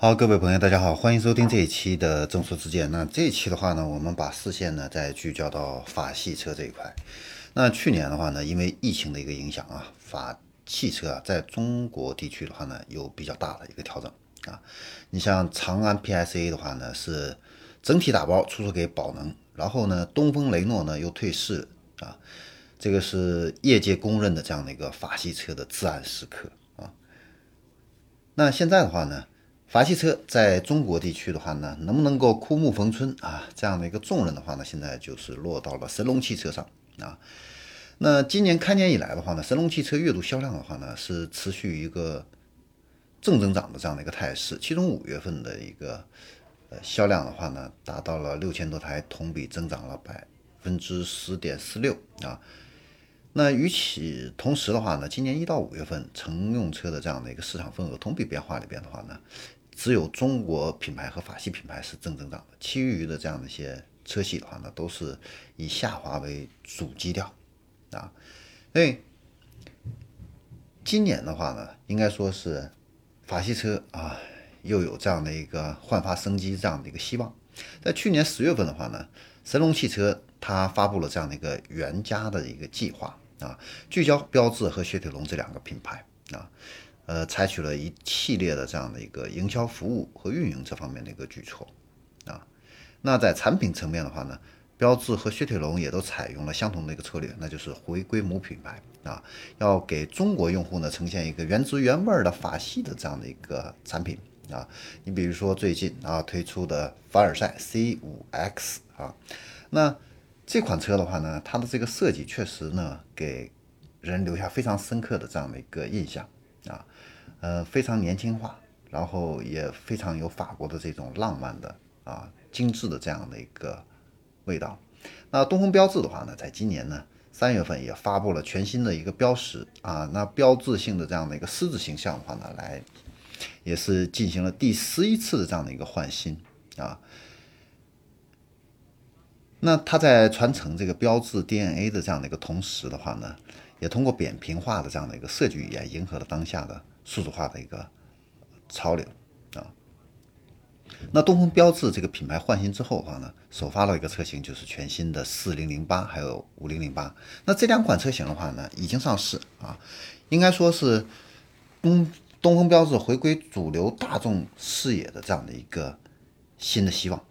好，各位朋友，大家好，欢迎收听这一期的众说之见。那这一期的话呢，我们把视线呢再聚焦到法系车这一块。那去年的话呢，因为疫情的一个影响啊，法系车啊在中国地区的话呢有比较大的一个调整啊。你像长安 PSA 的话呢是整体打包出售给宝能，然后呢东风雷诺呢又退市啊，这个是业界公认的这样的一个法系车的至暗时刻啊。那现在的话呢，法系车在中国地区的话呢，能不能够枯木逢春啊？这样的一个重任的话呢，现在就是落到了神龙汽车上啊。那今年开年以来的话呢，神龙汽车月度销量的话呢，是持续一个正增长的这样的一个态势。其中5月份的一个销量的话呢，达到了6000多台，同比增长了10.46%啊。那与此同时的话呢，今年1到5月份乘用车的这样的一个市场份额同比变化里边的话呢，只有中国品牌和法系品牌是正增长的，其余的这样的一些车系的话呢，都是以下滑为主基调啊。所以今年的话呢，应该说是法系车啊又有这样的一个焕发生机这样的一个希望。在去年10月份的话呢，神龙汽车它发布了这样的一个原家的一个计划啊，聚焦标致和雪铁龙这两个品牌啊，采取了一系列的这样的一个营销服务和运营这方面的一个举措啊。那在产品层面的话呢，标致和雪铁龙也都采用了相同的一个策略，那就是回归母品牌啊，要给中国用户呢呈现一个原汁原味的法系的这样的一个产品啊。你比如说最近啊推出的凡尔赛 C5X 啊，那这款车的话呢，它的这个设计确实呢给人留下非常深刻的这样的一个印象啊，非常年轻化，然后也非常有法国的这种浪漫的啊精致的这样的一个味道。那东风标致的话呢，在今年呢3月份也发布了全新的一个标识啊，那标志性的这样的一个狮子形象的话呢，也是进行了第11次的这样的一个换新啊。那它在传承这个标志 DNA 的这样的一个同时的话呢，也通过扁平化的这样的一个设计语言，迎合了当下的数字化的一个潮流啊。那东风标致这个品牌换新之后的话呢，首发了一个车型就是全新的4008，还有5008。那这两款车型的话呢，已经上市啊，应该说是东风标致回归主流大众视野的这样的一个新的希望。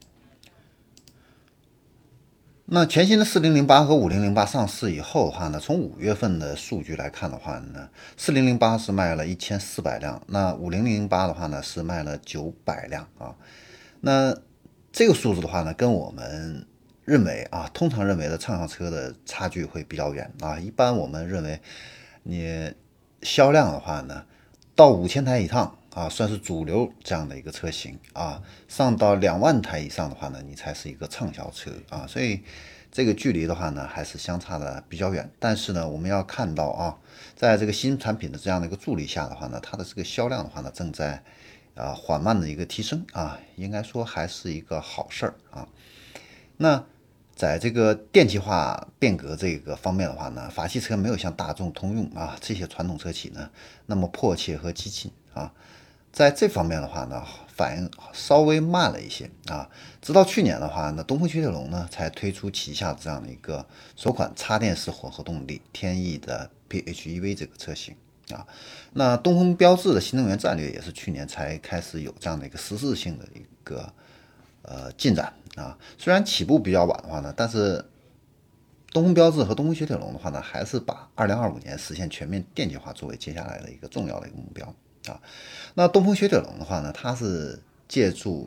那全新的4008和5008上市以后的话呢，从5月份的数据来看的话呢，4008是卖了1400辆，那5008的话呢是卖了900辆啊。那这个数字的话呢，跟我们认为啊，通常认为的畅销车的差距会比较远啊。一般我们认为，你销量的话呢，到5000台以上啊，算是主流这样的一个车型啊，上到2万台以上的话呢，你才是一个畅销车啊。所以这个距离的话呢，还是相差的比较远。但是呢，我们要看到啊，在这个新产品的这样的一个助力下的话呢，它的这个销量的话呢，正在缓慢的一个提升啊，应该说还是一个好事儿啊。那在这个电气化变革这个方面的话呢，法系车没有像大众、通用啊这些传统车企呢那么迫切和激进啊，在这方面的话呢，反应稍微慢了一些啊。直到去年的话呢，东风雪铁龙呢才推出旗下这样的一个首款插电式混合动力天翼的 PHEV 这个车型啊。那东风标致的新能源战略也是去年才开始有这样的一个实质性的一个进展啊。虽然起步比较晚的话呢，但是东风标致和东风雪铁龙的话呢，还是把2025年实现全面电气化作为接下来的一个重要的一个目标啊。那东风雪铁龙的话呢，它是借助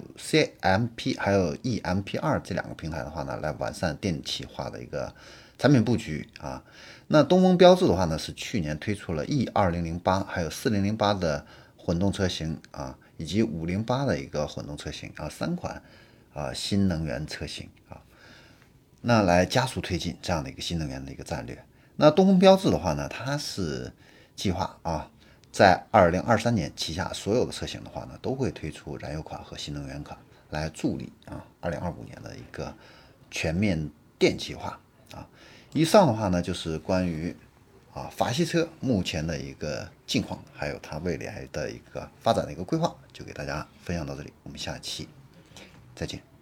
CMP 还有 EMP2这两个平台的话呢，来完善电气化的一个产品布局啊。那东风标致的话呢，是去年推出了 E2008还有4008的混动车型啊，以及508的一个混动车型啊，3款新能源车型啊，那来加速推进这样的一个新能源的一个战略。那东风标致的话呢，它是计划啊，在2023年旗下所有的车型的话呢，都会推出燃油款和新能源款，来助力啊2025年的一个全面电气化啊。以上的话呢，就是关于法系车目前的一个近况，还有它未来的一个发展的一个规划，就给大家分享到这里，我们下期再见。